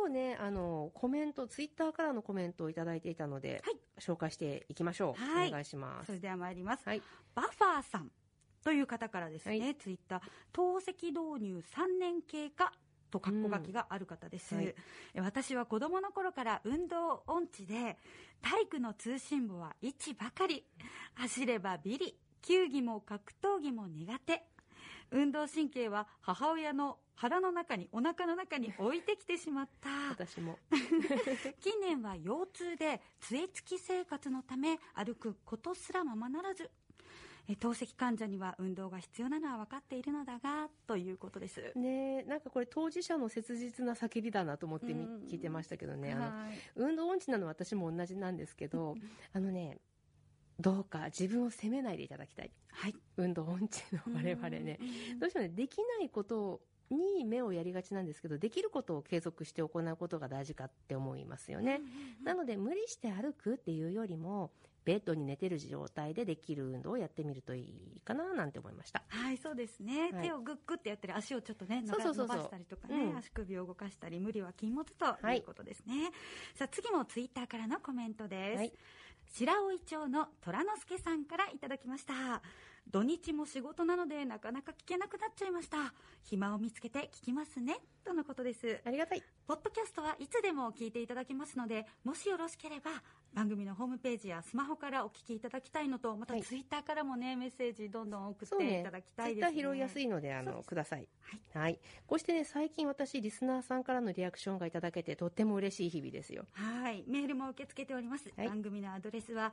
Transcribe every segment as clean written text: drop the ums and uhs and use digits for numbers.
日ね、コメント、ツイッターからのコメントをいただいていたので、 はい、 紹介していきましょう。 はい、 お願いします。 それでは参ります。 はい、 バッファーさんという方からですね、 はい、 ツイッター、透析導入3年経過と括弧書きがある方です、はい、私は子供の頃から運動音痴で、体育の通信簿は1ばかり、走ればビリ、球技も格闘技も苦手、運動神経は母親の腹の中に、お腹の中に置いてきてしまった。 私も近年は腰痛で杖つき生活のため歩くことすらままならず、透析患者には運動が必要なのは分かっているのだが、ということですね。なんかこれ当事者の切実な叫びだなと思って聞いてましたけどね、運動音痴なのは私も同じなんですけどね、どうか自分を責めないでいただきたい、はい、運動音痴の我々ね、どうしてもね、できないことに目をやりがちなんですけど、できることを継続して行うことが大事かって思いますよね、なので無理して歩くっていうよりも、ベッドに寝てる状態でできる運動をやってみるといいかななんて思いました。 はい、そうですね、はい、手をグッグってやったり、足をちょっとね伸ばしたりとかね、足首を動かしたり、無理は禁物ということですね、はい、さあ次もツイッターからのコメントです、はい、白老町の虎之助さんからいただきました。土日も仕事なのでなかなか聞けなくなっちゃいました。暇を見つけて聞きますね、とのことです。 ありがたい。 ポッドキャストはいつでも聞いていただけますので、もしよろしければ番組のホームページやスマホからお聞きいただきたいのと、またツイッターからもね、メッセージどんどん送っていただきたいですね。 ツイッター拾いやすいのでください。はい、はい、こうしてね、最近私リスナーさんからのリアクションがいただけてとっても嬉しい日々ですよ。 はい、メールも受け付けております、はい、番組のアドレスは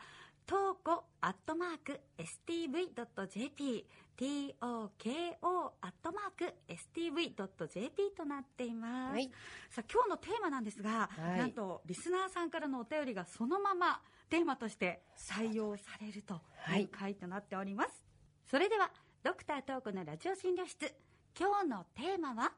toko@stv.jp toko@stv.jp となっています、はい、さあ今日のテーマなんですが、はい、なんとリスナーさんからのお便りがそのままテーマとして採用されるという回となっております、はい、それではドクタートークのラジオ診療室、今日のテーマは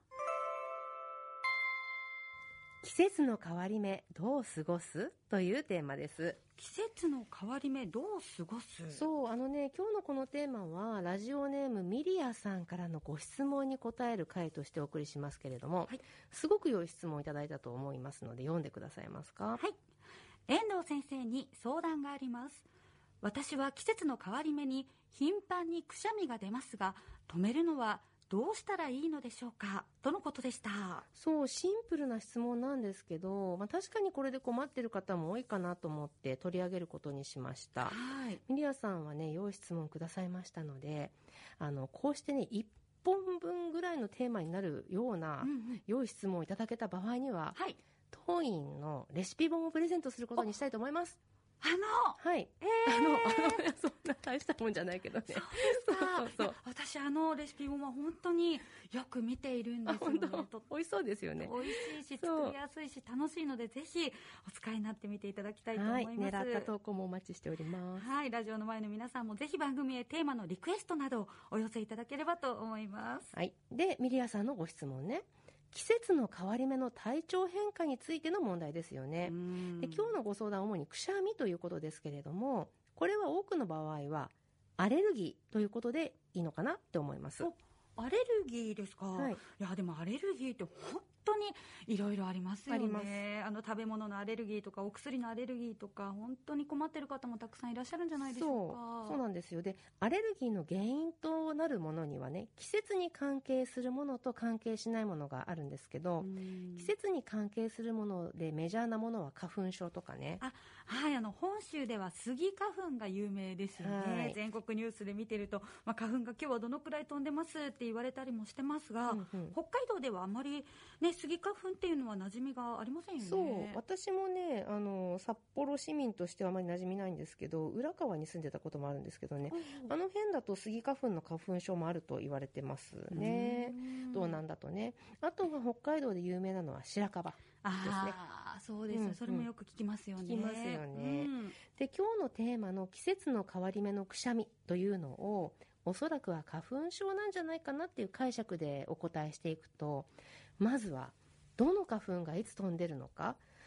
季節の変わり目どう過ごすというテーマです。 季節の変わり目どう過ごす。 そう、今日のこのテーマはラジオネームミリアさんからのご質問に答える回としてお送りしますけれども、はい、すごく良い質問をいただいたと思いますので読んでくださいますか。 はい、遠藤先生に相談があります。私は季節の変わり目に頻繁にくしゃみが出ますが、止めるのはどうしたらいいのでしょうか、とのことでした。 そう、シンプルな質問なんですけど、確かにこれで困っている方も多いかなと思って取り上げることにしました。はい、ミリアさんはね、良い質問くださいましたので、こうしてね、1本分ぐらいのテーマになるような良い質問をいただけた場合には、はい、当院のレシピ本をプレゼントすることにしたいと思います。はい、そんな大したもんじゃないけどね。 そう私レシピ本は本当によく見ているんですよね。 美味しそうですよね。 美味しいし作りやすいし楽しいので、ぜひお使いになってみていただきたいと思います。 狙った投稿もお待ちしております。 はい、ラジオの前の皆さんもぜひ番組へテーマのリクエストなどをお寄せいただければと思います。 はい、でミリアさんのご質問ね、季節の変わり目の体調変化についての問題ですよね。で今日のご相談は主にくしゃみということですけれども、これは多くの場合はアレルギーということでいいのかなって思います。 アレルギーですか。はい、いやでもアレルギーって本当にいろいろありますよね。食べ物のアレルギーとかお薬のアレルギーとか、本当に困ってる方もたくさんいらっしゃるんじゃないでしょうか。 そうなんですよ。でアレルギーの原因となるものにはね、季節に関係するものと関係しないものがあるんですけど、季節に関係するものでメジャーなものは花粉症とかね。 はい、本州ではスギ花粉が有名ですよね。はい、全国ニュースで見てると、花粉が今日はどのくらい飛んでますって言われたりもしてますが、北海道ではあまりね、スギ花粉っていうのは馴染みがありませんよね。 そう、私もね、札幌市民としてはあまり馴染みないんですけど、浦川に住んでたこともあるんですけどね、辺だとスギ花粉の花粉症もあると言われてますね。どうなんだとね。あとは北海道で有名なのは白樺ですね。 そうです、それもよく聞きますよね。 聞きますよね。で今日のテーマの季節の変わり目のくしゃみというのを、おそらくは花粉症なんじゃないかなっていう解釈でお答えしていくと、まずはどの花粉がいつ飛んでるのか、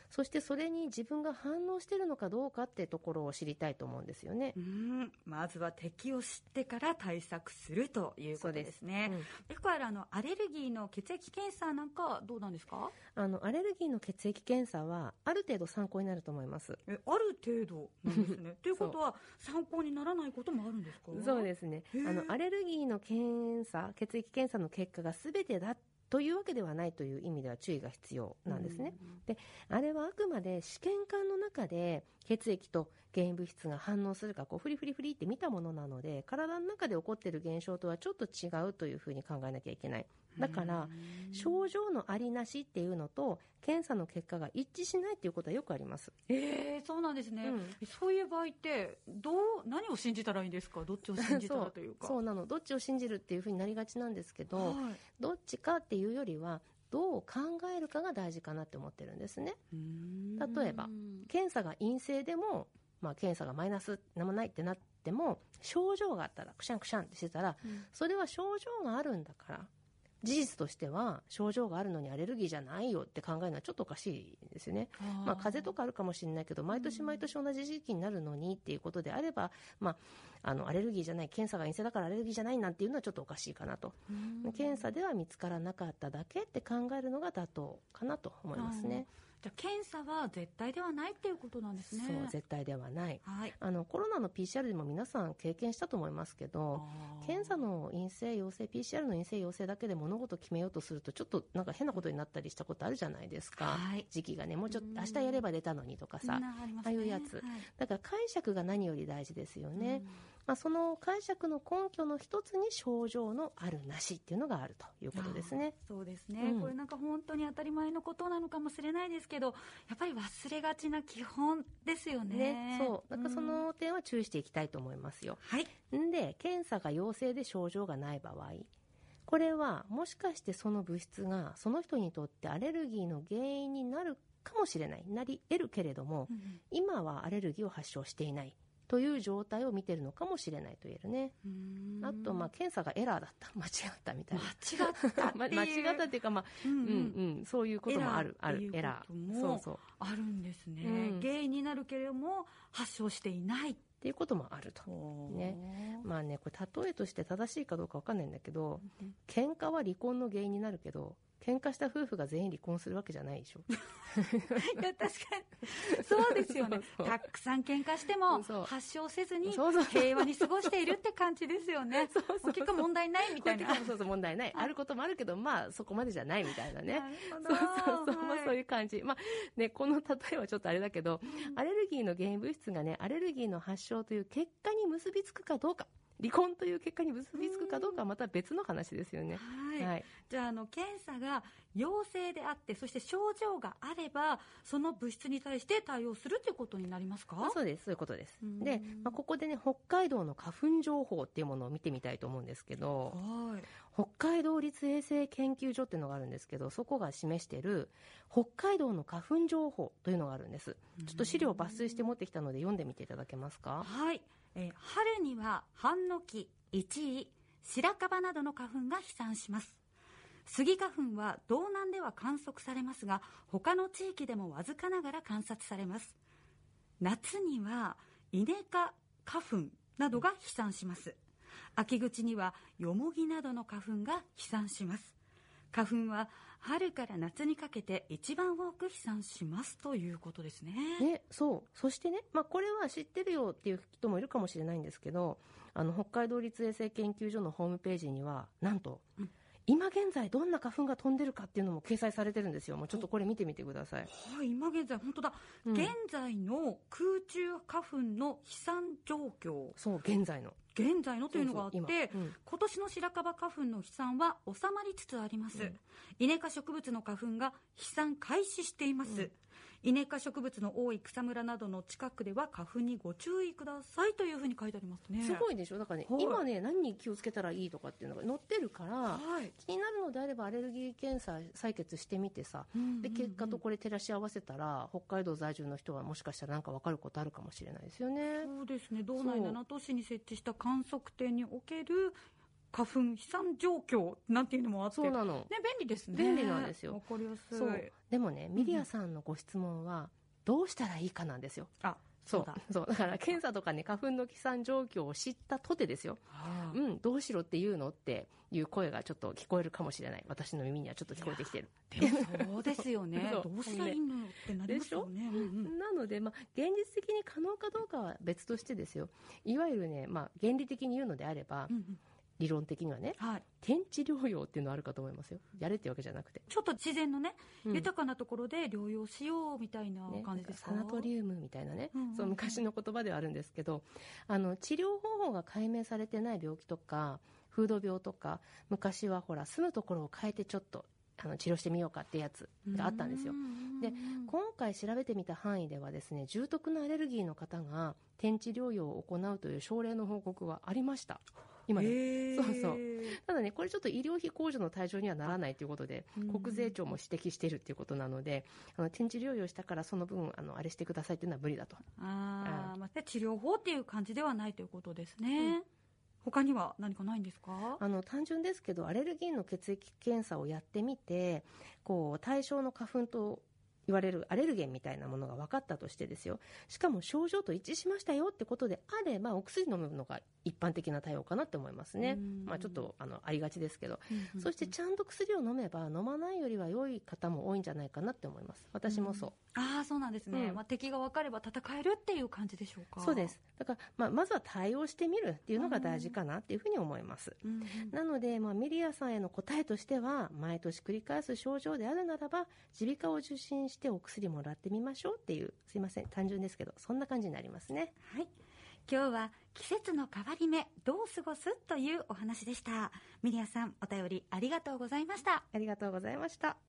そしてそれに自分が反応しているのかどうかってところを知りたいと思うんですよね。 まずは敵を知ってから対策するということですね。よくあるアレルギーの血液検査なんかはどうなんですか？ アレルギーの血液検査はある程度参考になると思います。 ある程度なんですね。ということは参考にならないこともあるんですか？ そうですね。アレルギーの検査、血液検査の結果が全てだというわけではないという意味では注意が必要なんですね。で、あれはあくまで試験管の中で血液と原因物質が反応するかこうフリフリフリって見たものなので、体の中で起こっている現象とはちょっと違うというふうに考えなきゃいけない。だから症状のありなしっていうのと検査の結果が一致しないっていうことはよくあります。 そうなんですね。そういう場合って何を信じたらいいんですか？どっちを信じたらというか。 そうなの。どっちを信じるっていうふうになりがちなんですけど、どっちかっていうよりはどう考えるかが大事かなって思ってるんですね。例えば検査が陰性でも、検査がマイナス何もないってなっても症状があったらクシャンクシャンってしてたら、それは症状があるんだから事実としては症状があるのにアレルギーじゃないよって考えるのはちょっとおかしいですよね。風邪とかあるかもしれないけど毎年毎年同じ時期になるのにっていうことであれば、アレルギーじゃない、検査が陰性だからアレルギーじゃないなんていうのはちょっとおかしいかなと。検査では見つからなかっただけって考えるのが妥当かなと思いますね。 じゃあ検査は絶対ではないっていうことなんですね。 そう、絶対ではない。コロナの PCR でも皆さん経験したと思いますけど、検査の陰性陽性 PCR の陰性陽性だけで物事を決めようとするとちょっとなんか変なことになったりしたことあるじゃないですか。時期がね、もうちょっと明日やれば出たのにとかさ、ああいうやつ、だから解釈が何より大事ですよね。その解釈の根拠の一つに症状のあるなしっていうのがあるということですね。 そうですね、これなんか本当に当たり前のことなのかもしれないですけど、やっぱり忘れがちな基本ですよね。 そうなんかその点は注意していきたいと思いますよ。で、検査が陽性で症状がない場合、これはもしかしてその物質がその人にとってアレルギーの原因になるかもしれない、なり得るけれども、今はアレルギーを発症していないという状態を見てるのかもしれないと言えるね。あと検査がエラーだった、間違ったみたいな、間違ったっていうか、そういうこともあるエラーあるんですね。原因になるけれども発症していないっていうこともあるとね。これ例えとして正しいかどうか分かんないんだけど、喧嘩は離婚の原因になるけど喧嘩した夫婦が全員離婚するわけじゃないでしょ。 いや確かにそうですよね。たくさん喧嘩しても発症せずに平和に過ごしているって感じですよね。結果問題ないみたいな。 問題ない、あることもあるけどそこまでじゃないみたいなね。そういう感じ。この例えはちょっとあれだけど、アレルギーの原因物質がね、アレルギーの発症という結果に結びつくかどうか、離婚という結果に結びつくかどうかはまた別の話ですよね。 じゃあ検査が陽性であってそして症状があればその物質に対して対応するということになりますか？ そうです、そういうことです。で、ここでね、北海道の花粉情報っていうものを見てみたいと思うんですけど、北海道立衛生研究所っていうのがあるんですけど、そこが示している北海道の花粉情報というのがあるんです。ちょっと資料を抜粋して持ってきたので読んでみていただけますか？ 春にはハンノキ、イチイ、白樺などの花粉が飛散します。スギ花粉は道南では観測されますが他の地域でもわずかながら観察されます。夏にはイネ科花粉などが飛散します。秋口にはヨモギなどの花粉が飛散します。花粉は春から夏にかけて一番多く飛散しますということですね。 そしてね、これは知ってるよっていう人もいるかもしれないんですけど、北海道立衛生研究所のホームページにはなんと、今現在どんな花粉が飛んでるかっていうのも掲載されてるんですよ。もうちょっとこれ見てみてください。 今現在、本当だ、現在の空中花粉の飛散状況。 現在のというのがあって、今年の白樺花粉の飛散は収まりつつあります。イネ科植物の花粉が飛散開始しています。イネ科植物の多い草むらなどの近くでは花粉にご注意くださいというふうに書いてありますね。 すごいでしょ。だからね、今ね、何に気をつけたらいいとかっていうのが載ってるから、気になるのであればアレルギー検査採血してみてさ、で結果とこれ照らし合わせたら北海道在住の人はもしかしたら何か分かることあるかもしれないですよね。 そうですね。道内7都市に設置した観測点における花粉飛散状況なんていうのもあって、 そうなの、 ね、便利ですね。 便利なんですよ。 わかりやすい。 そうでもね、ミリアさんのご質問はどうしたらいいかなんですよ。そうだから検査とかね、花粉の飛散状況を知ったとてですよ、どうしろって言うのっていう声がちょっと聞こえるかもしれない。私の耳にはちょっと聞こえてきてる。 でもそうですよねどうしたらいいのよってなりますよね。 なので、現実的に可能かどうかは別としてですよ、いわゆるね、原理的に言うのであれば、理論的にはね、天地療養っていうのはあるかと思いますよ。やれっていうわけじゃなくて、 ちょっと自然のね、豊かなところで療養しようみたいな感じですか。 サナトリウムみたいなね、そう昔の言葉ではあるんですけど、治療方法が解明されてない病気とか風土病とか、昔はほら住むところを変えてちょっと治療してみようかってやつがあったんですよ。で、今回調べてみた範囲ではですね、重篤なアレルギーの方が天地療養を行うという症例の報告はありました。今ね、ただね、これちょっと医療費控除の対象にはならないということで、国税庁も指摘しているっていうことなので、天地療養したからその分あれしてくださいっていうのは無理だと。 治療法っていう感じではないということですね。他には何かないんですか？ 単純ですけど、アレルギーの血液検査をやってみて、対象の花粉と言われるアレルゲンみたいなものが分かったとしてですよ、しかも症状と一致しましたよってことであれば、お薬飲むのが一般的な対応かなって思いますね。ちょっとありがちですけど、そしてちゃんと薬を飲めば飲まないよりは良い方も多いんじゃないかなって思います。私もそう。 そうなんですね。敵が分かれば戦えるっていう感じでしょうか？ そうです。だから、まずは対応してみるっていうのが大事かなっていうふうに思います。なので、ミリアさんへの答えとしては、毎年繰り返す症状であるならば耳鼻科を受診してお薬もらってみましょうっていう、すいません単純ですけどそんな感じになりますね。 はい、今日は季節の変わり目どう過ごすというお話でした。ミリアさん、お便りありがとうございました。 ありがとうございました。